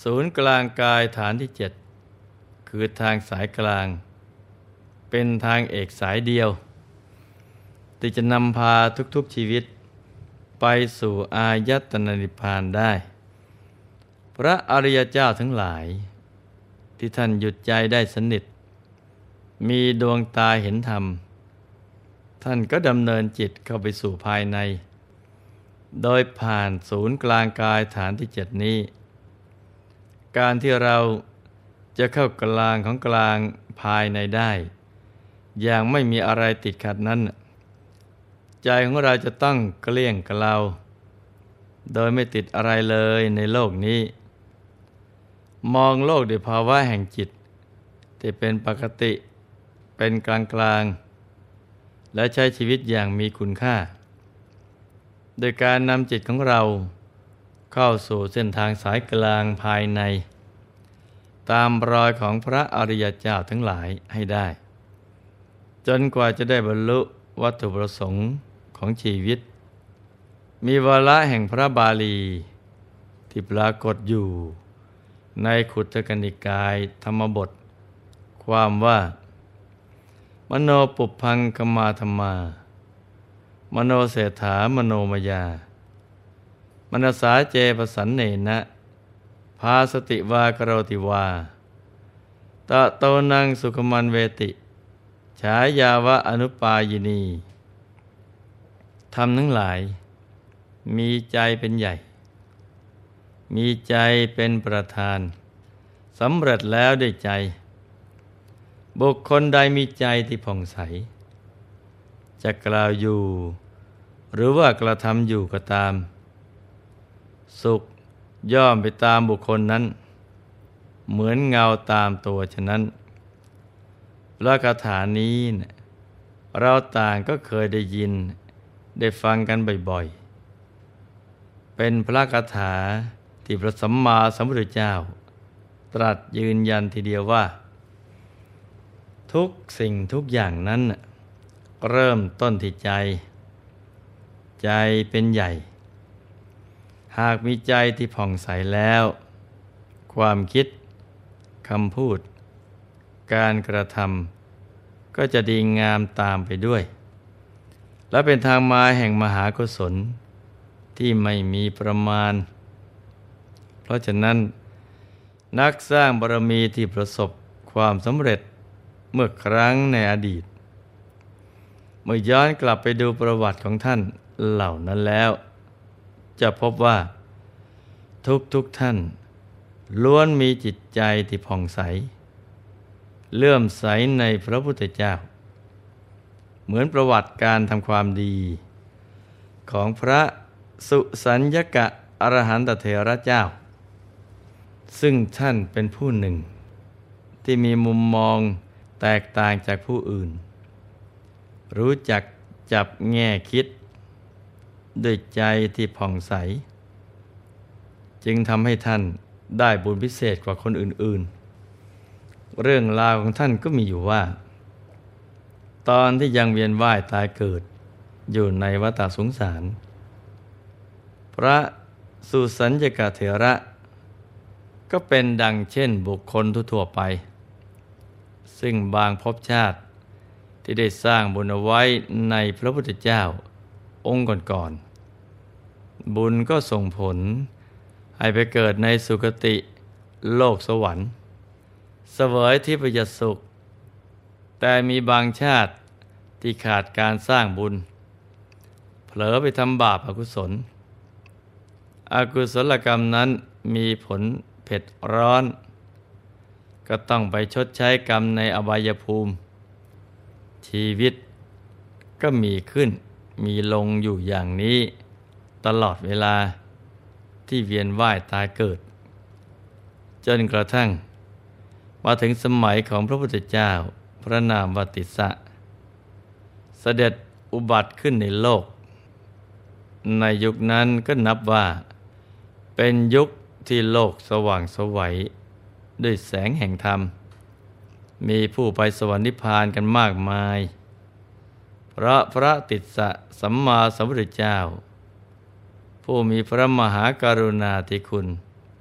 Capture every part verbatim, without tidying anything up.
ศูนย์กลางกายฐานที่เจ็ดคือทางสายกลางเป็นทางเอกสายเดียวที่จะนำพาทุกๆชีวิตไปสู่อายตนะนิพพานได้พระอริยเจ้าทั้งหลายที่ท่านหยุดใจได้สนิทมีดวงตาเห็นธรรมท่านก็ดำเนินจิตเข้าไปสู่ภายในโดยผ่านศูนย์กลางกายฐานที่เจ็ดนี้การที่เราจะเข้ากลางของกลางภายในได้อย่างไม่มีอะไรติดขัดนั้นใจของเราจะต้องเกลี้ยงเกลาโดยไม่ติดอะไรเลยในโลกนี้มองโลกด้วยภาวะแห่งจิตที่เป็นปกติเป็นกลางกลางและใช้ชีวิตอย่างมีคุณค่าโดยการนำจิตของเราเข้าสู่เส้นทางสายกลางภายในตามรอยของพระอริยเจ้าทั้งหลายให้ได้จนกว่าจะได้บรรลุวัตถุประสงค์ของชีวิตมีวาระแห่งพระบาลีที่ปรากฏอยู่ในขุททกนิกายธรรมบทความว่ามโนปุพพังคมาธัมมามโนเศรษฐามโนมยามนสาเจปสันเนนะภาสติวากโรติวาตะโตนังสุขมันเวติฉายาวะอนุปายินีธรรมทั้งหลายมีใจเป็นใหญ่มีใจเป็นประธานสำเร็จแล้วด้วยใจบุคคลใดมีใจที่ผ่องใสจะกล่าวอยู่หรือว่ากระทำอยู่ก็ตามสุขย่อมไปตามบุคคลนั้นเหมือนเงาตามตัวฉะนั้นพระคาถานี้นะเราต่างก็เคยได้ยินได้ฟังกันบ่อยๆเป็นพระคาถาที่พระสัมมาสัมพุทธเจ้าตรัสยืนยันทีเดียวว่าทุกสิ่งทุกอย่างนั้นเริ่มต้นที่ใจใจเป็นใหญ่หากมีใจที่ผ่องใสแล้วความคิดคำพูดการกระทำก็จะดีงามตามไปด้วยและเป็นทางมาแห่งมหากุศลที่ไม่มีประมาณเพราะฉะนั้นนักสร้างบารมีที่ประสบความสำเร็จเมื่อครั้งในอดีตเมื่อย้อนกลับไปดูประวัติของท่านเหล่านั้นแล้วจะพบว่าทุกทุกท่านล้วนมีจิตใจที่ผ่องใสเลื่อมใสในพระพุทธเจ้าเหมือนประวัติการทำความดีของพระสุสัญญกะอรหันตเถระเจ้าซึ่งท่านเป็นผู้หนึ่งที่มีมุมมองแตกต่างจากผู้อื่นรู้จักจับแง่คิดด้วยใจที่ผ่องใสจึงทำให้ท่านได้บุญพิเศษกว่าคนอื่นๆเรื่องราวของท่านก็มีอยู่ว่าตอนที่ยังเวียนว่ายตายเกิดอยู่ในวัฏสงสารพระสุสัญญกเถระก็เป็นดังเช่นบุคคลทั่วไปซึ่งบางภพชาติที่ได้สร้างบุญเอาไว้ในพระพุทธเจ้าองค์ก่อนๆบุญก็ส่งผลให้ไปเกิดในสุคติโลกสวรรค์เสวยทิพยสุขแต่มีบางชาติที่ขาดการสร้างบุญเผลอไปทำบาปอกุศลอกุศลกรรมนั้นมีผลเผ็ดร้อนก็ต้องไปชดใช้กรรมในอบายภูมิชีวิตก็มีขึ้นมีลงอยู่อย่างนี้ตลอดเวลาที่เวียนว่ายตายเกิดจนกระทั่งมาถึงสมัยของพระพุทธเจ้าพระนามวติสสะเสด็จอุบัติขึ้นในโลกในยุคนั้นก็นับว่าเป็นยุคที่โลกสว่างไสวด้วยแสงแห่งธรรมมีผู้ไปสวรรค์นิพพานกันมากมายเพราะพระติสสะสัมมาสัมพุทธเจ้าผู้มีพระมหากรุณาธิคุณ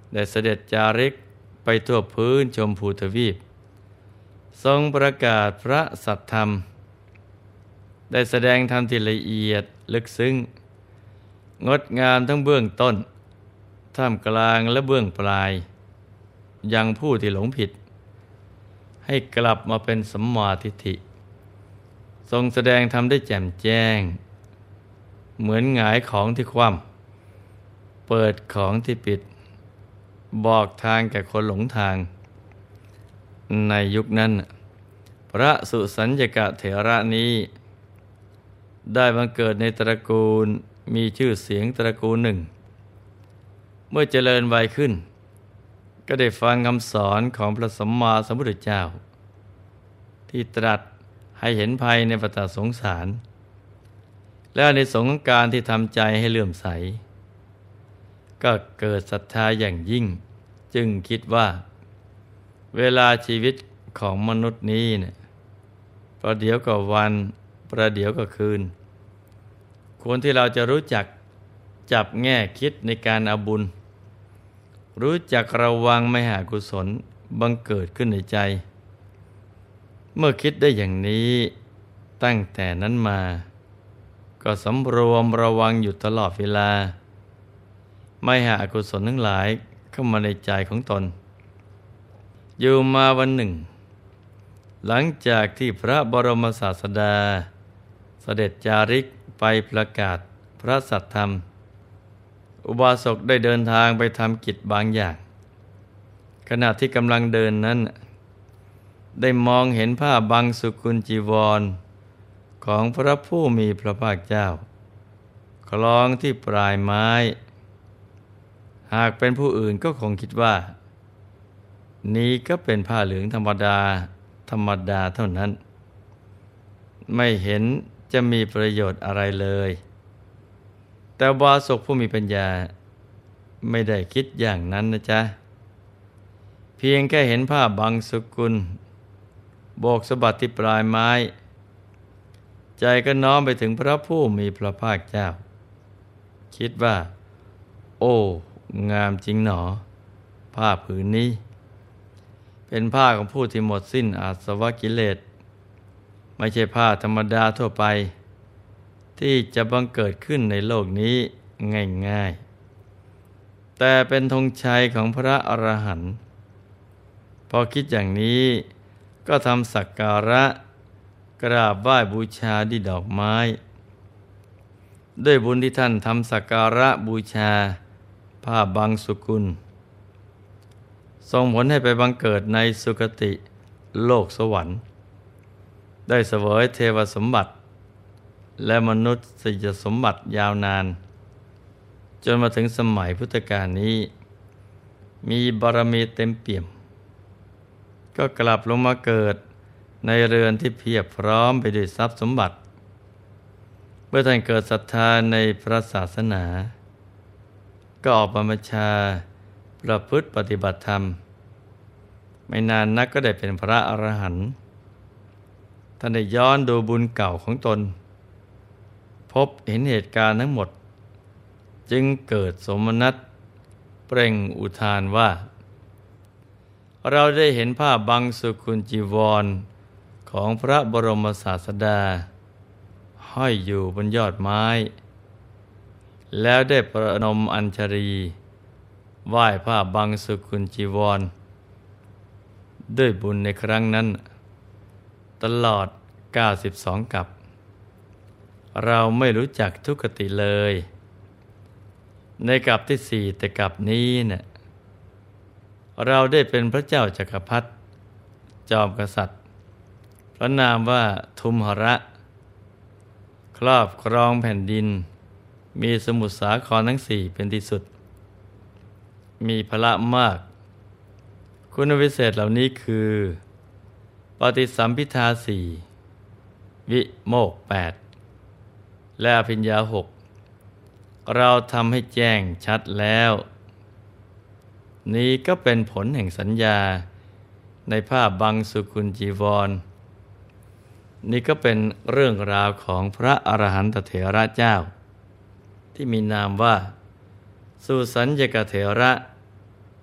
ได้เสด็จจาริกไปทั่วพื้นชมพูทวีปทรงประกาศพระสัทธรรมได้แสดงธรรมที่ละเอียดลึกซึ้งงดงามทั้งเบื้องต้นท่ามกลางและเบื้องปลายยังผู้ที่หลงผิดให้กลับมาเป็นสัมมาทิฏฐิทรงแสดงธรรมได้แจ่มแจ้งเหมือนหงายของที่คว่ำเปิดของที่ปิดบอกทางแก่คนหลงทางในยุคนั้นพระสุสัญญกเถระนี้ได้บังเกิดในตระกูลมีชื่อเสียงตระกูลหนึ่งเมื่อเจริญวัยขึ้นก็ได้ฟังคำสอนของพระสัมมาสัมพุทธเจ้าที่ตรัสให้เห็นภัยในวัฏสงสารและในสงฆ์การที่ทำใจให้เลื่อมใสก็เกิดศรัทธาอย่างยิ่งจึงคิดว่าเวลาชีวิตของมนุษย์นี้เนี่ยประเดี๋ยวก็วันประเดี๋ยวก็คืนควรที่เราจะรู้จักจับแง่คิดในการเอาบุญรู้จักระวังไม่ให้อกุศลบังเกิดขึ้นในใจเมื่อคิดได้อย่างนี้ตั้งแต่นั้นมาก็สำรวมระวังอยู่ตลอดเวลาไม่ให้อกุศลทั้งหลายเข้ามาในใจของตนอยู่มาวันหนึ่งหลังจากที่พระบรมศาสดาเสด็จจาริกไปประกาศพระสัทธรรมอุบาสกได้เดินทางไปทำกิจบางอย่างขณะที่กำลังเดินนั้นได้มองเห็นผ้าบังสุกุลจีวรของพระผู้มีพระภาคเจ้าคล้องที่ปลายไม้หากเป็นผู้อื่นก็คงคิดว่านี้ก็เป็นผ้าเหลืองธรรมดาธรรมดาเท่านั้นไม่เห็นจะมีประโยชน์อะไรเลยแต่อุบาสกผู้มีปัญญาไม่ได้คิดอย่างนั้นนะจ๊ะเพียงแค่เห็นผ้าบังสุกุลโบกสะบัดที่ปลายไม้ใจก็น้อมไปถึงพระผู้มีพระภาคเจ้าคิดว่าโอ้งามจริงหนอผ้าผืนนี้เป็นผ้าของผู้ที่หมดสิ้นอาสวะกิเลสไม่ใช่ผ้าธรรมดาทั่วไปที่จะบังเกิดขึ้นในโลกนี้ง่ายๆแต่เป็นธงชัยของพระอรหันต์พอคิดอย่างนี้ก็ทำสักการะกราบไหว้บูชาด้วยดอกไม้ด้วยบุญที่ท่านทำสักการะบูชาผ้าบังสุกุลส่งผลให้ไปบังเกิดในสุคติโลกสวรรค์ได้เสวยเทวสมบัติและมนุษยสมบัติยาวนานจนมาถึงสมัยพุทธกาลนี้มีบารมีเต็มเปี่ยมก็กลับลงมาเกิดในเรือนที่เพียบพร้อมไปด้วยทรัพย์สมบัติเมื่อท่านเกิดศรัทธาในพระศาสนาก็ออกบรรพชาประพฤติปฏิบัติธรรมไม่นานนักก็ได้เป็นพระอรหันต์ท่านได้ย้อนดูบุญเก่าของตนพบเห็นเหตุการณ์ทั้งหมดจึงเกิดสมนัสเปล่งอุทานว่าเราได้เห็นผ้าบังสุกุลจีวรของพระบรมศาสดาห้อยอยู่บนยอดไม้แล้วได้ประนมอัญชลีไหว้ผ้าบังสุกุลจีวรด้วยบุญในครั้งนั้นตลอดเก้าสิบสองกัปเราไม่รู้จักทุกขติเลยในกัปที่สี่แต่กัปนี้เนี่ยเราได้เป็นพระเจ้าจักรพรรดิจอมกษัตริย์พระนามว่าทุมหระครอบครองแผ่นดินมีสมุทรสาครทั้งสี่เป็นที่สุดมีพละมากคุณวิเศษเหล่านี้คือปฏิสัมภิทาสี่วิโมกข์แปดและอภิญญาหกเราทำให้แจ้งชัดแล้วนี้ก็เป็นผลแห่งสัญญาในผ้าบังสุกุลจีวรนี่ก็เป็นเรื่องราวของพระอรหันตเถระเจ้าที่มีนามว่าสุสัญญกเถระ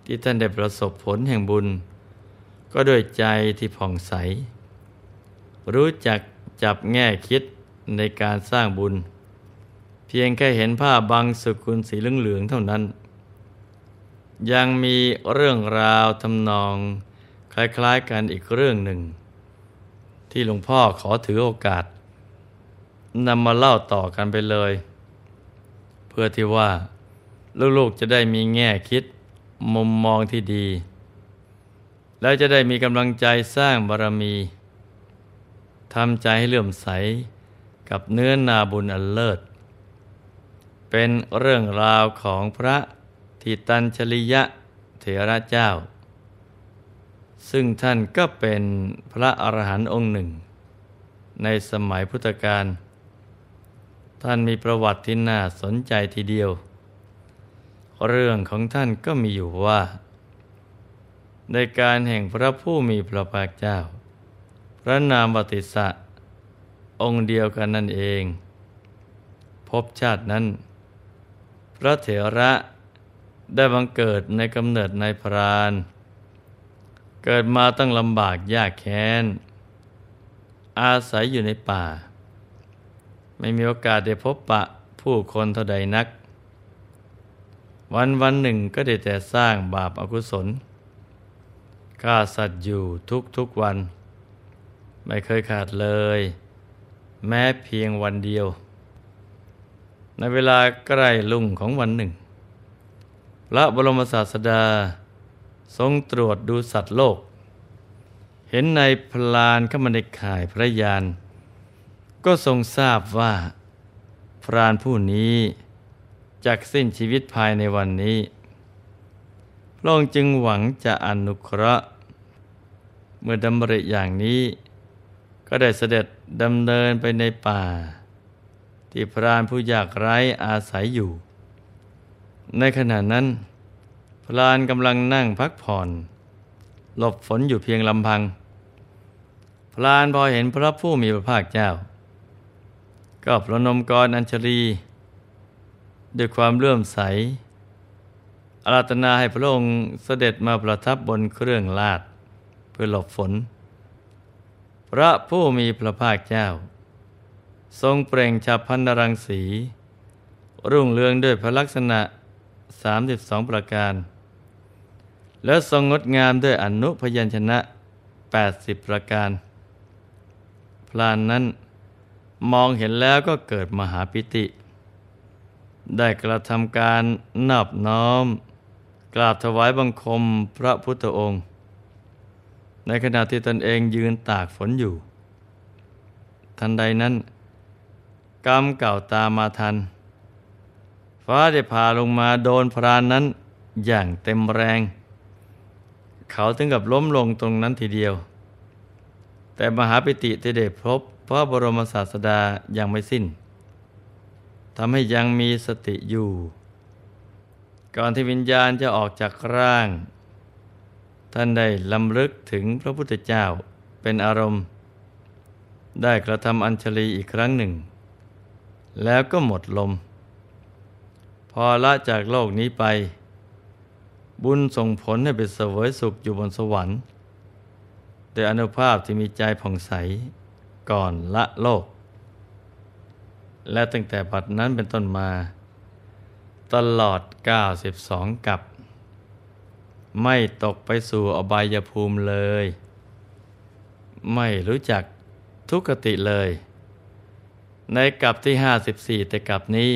ที่ท่านได้ประสบผลแห่งบุญก็ด้วยใจที่ผ่องใสรู้จักจับแง่คิดในการสร้างบุญเพียงแค่เห็นผ้าบังสุกุลสีเหลืองๆเท่านั้นยังมีเรื่องราวทำนองคล้ายๆกันอีกเรื่องหนึ่งที่หลวงพ่อขอถือโอกาสนำมาเล่าต่อกันไปเลยเพื่อที่ว่าลูกๆจะได้มีแง่คิดมุมมองที่ดีแล้วจะได้มีกำลังใจสร้างบารมีทำใจให้เลื่อมใสกับเนื้อนาบุญอันเลิศเป็นเรื่องราวของพระทิตัญชลิยะเถระเจ้าซึ่งท่านก็เป็นพระอรหันต์องค์หนึ่งในสมัยพุทธกาลท่านมีประวัติที่น่าสนใจทีเดียวเรื่องของท่านก็มีอยู่ว่าในการแห่งพระผู้มีพระภาคเจ้าพระนามวติสสะองค์เดียวกันนั่นเองภพชาตินั้นพระเถระได้บังเกิดในกำเนิดนายพรานเกิดมาต้องลำบากยากแค้นอาศัยอยู่ในป่าไม่มีโอกาสได้พบปะผู้คนเท่าใดนักวันวันหนึ่งก็ได้แต่สร้างบาปอกุศลฆ่าสัตว์อยู่ทุกทุกวันไม่เคยขาดเลยแม้เพียงวันเดียวในเวลาใกล้รุ่งของวันหนึ่งพระบรมศาสดาทรงตรวจดูสัตว์โลกเห็นนายพรานเข้ามาในข่ายพระยานก็ทรงทราบว่าพรานผู้นี้จักสิ้นชีวิตภายในวันนี้พระองค์จึงหวังจะอนุเคราะห์เมื่อดำริอย่างนี้ก็ได้เสด็จดำเนินไปในป่าที่พรานผู้ยากไร้อาศัยอยู่ในขณะนั้นพรานกำลังนั่งพักผ่อนหลบฝนอยู่เพียงลำพังพรานพอเห็นพระผู้มีพระภาคเจ้าก็ประนมกรอัญชลีด้วยความเลื่อมใสอาราธนาให้พระองค์เสด็จมาประทับบนเครื่องลาดเพื่อหลบฝนพระผู้มีพระภาคเจ้าทรงเปล่งฉัพพรรณรังสีรุ่งเรืองด้วยพระลักษณะสามสิบสองประการและทรงงดงามด้วยอนุพยัญชนะแปดสิบประการพรานนั้นมองเห็นแล้วก็เกิดมหาปิติได้กระทำการนอบน้อมกราบถวายบังคมพระพุทธองค์ในขณะที่ตนเองยืนตากฝนอยู่ทันใดนั้นกรรมเก่าตามมาทันฟ้าได้ผ่าลงมาโดนพรานนั้นอย่างเต็มแรงเขาถึงกับล้มลงตรงนั้นทีเดียวแต่มหาปิติที่ได้พบพระบรมศาสดายังไม่สิ้นทำให้ยังมีสติอยู่ก่อนที่วิญญาณจะออกจากร่างท่านได้ลำลึกถึงพระพุทธเจ้าเป็นอารมณ์ได้กระทำอัญชลีอีกครั้งหนึ่งแล้วก็หมดลมพอละจากโลกนี้ไปบุญส่งผลให้ไปเสวยสุขอยู่บนสวรรค์โดยอานุภาพที่มีใจผ่องใสก่อนละโลกและตั้งแต่บัดนั้นเป็นต้นมาตลอดเก้าสิบสองกัปไม่ตกไปสู่อบายภูมิเลยไม่รู้จักทุกขติเลยในกัปที่ห้าสิบสี่แต่กัปนี้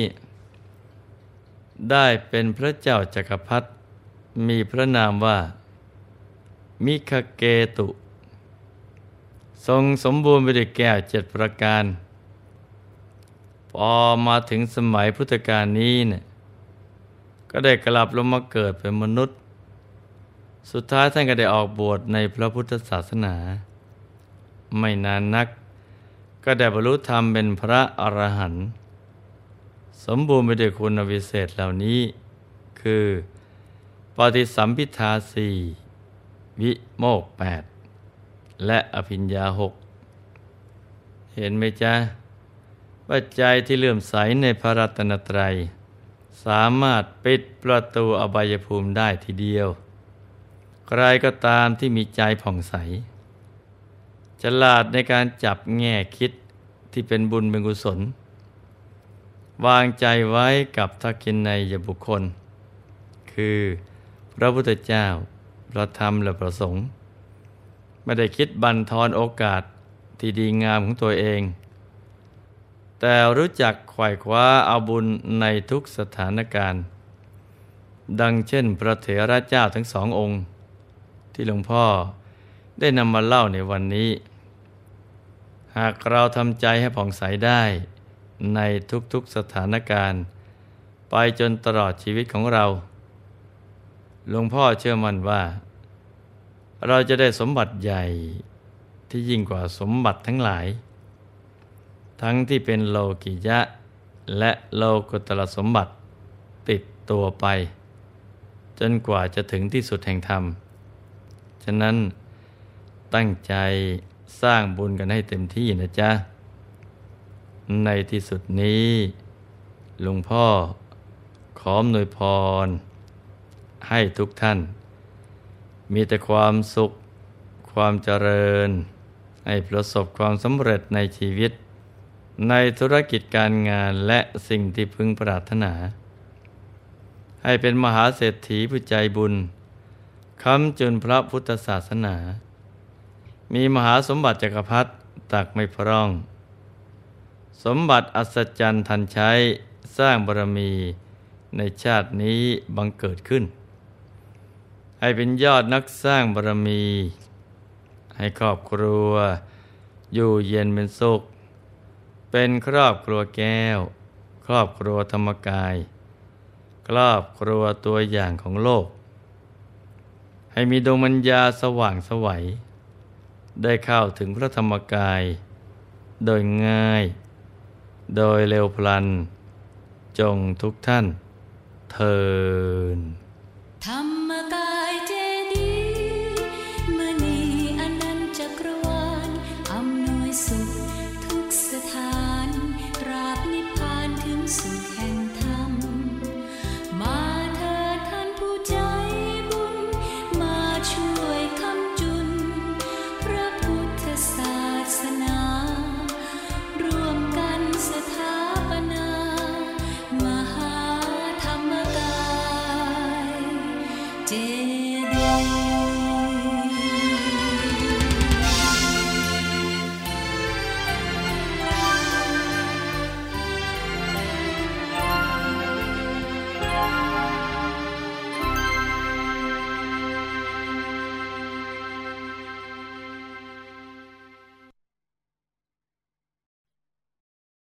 ได้เป็นพระเจ้าจักรพรรดิมีพระนามว่ามิคเกตุทรงสมบูรณ์ไปด้วยแก้วเจ็ดประการพอมาถึงสมัยพุทธกาลนี้เนี่ยก็ได้กลับลงมาเกิดเป็นมนุษย์สุดท้ายท่านก็ได้ออกบวชในพระพุทธศาสนาไม่นานนักก็ได้บรรลุธรรมเป็นพระอรหันต์สมบูรณ์ไปด้วยคุณวิเศษเหล่านี้คือปฏิสัมภิทาสี่วิโมกข์แปดและอภิญญาหกเห็นไหมจ๊ะว่าใจที่เลื่อมใสในพระรัตนตรัยสามารถปิดประตูอบายภูมิได้ทีเดียวใครก็ตามที่มีใจผ่องใสฉลาดในการจับแง่คิดที่เป็นบุญเป็นกุศลวางใจไว้กับทักษิณัยบุคคลคือพระพุทธเจ้าพระธรรมและพระสงฆ์ไม่ได้คิดบั่นทอนโอกาสที่ดีงามของตัวเองแต่รู้จักไขว่คว้าเอาบุญในทุกสถานการณ์ดังเช่นพระเถระเจ้าทั้งสององค์ที่หลวงพ่อได้นำมาเล่าในวันนี้หากเราทำใจให้ผ่องใสได้ในทุกๆสถานการณ์ไปจนตลอดชีวิตของเราหลวงพ่อเชื่อมั่นว่าเราจะได้สมบัติใหญ่ที่ยิ่งกว่าสมบัติทั้งหลายทั้งที่เป็นโลกิยะและโลกุตตรสมบัติติดตัวไปจนกว่าจะถึงที่สุดแห่งธรรมฉะนั้นตั้งใจสร้างบุญกันให้เต็มที่นะจ๊ะในที่สุดนี้หลวงพ่อขออำนวยพรให้ทุกท่านมีแต่ความสุขความเจริญให้ประสบความสำเร็จในชีวิตในธุรกิจการงานและสิ่งที่พึงปรารถนาให้เป็นมหาเศรษฐีผู้ใจบุญค้ำจุนพระพุทธศาสนามีมหาสมบัติจักรพรรดิตักไม่พร่องสมบัติอัศจรรย์ทันใช้สร้างบารมีในชาตินี้บังเกิดขึ้นให้เป็นยอดนักสร้างบารมีให้ครอบครัวอยู่เย็นเป็นสุขเป็นครอบครัวแก้วครอบครัวธรรมกายครอบครัวตัวอย่างของโลกให้มีดวงปัญญาสว่างไสวได้เข้าถึงพระธรรมกายโดยง่ายโดยเร็วพลันจงทุกท่านเทอญ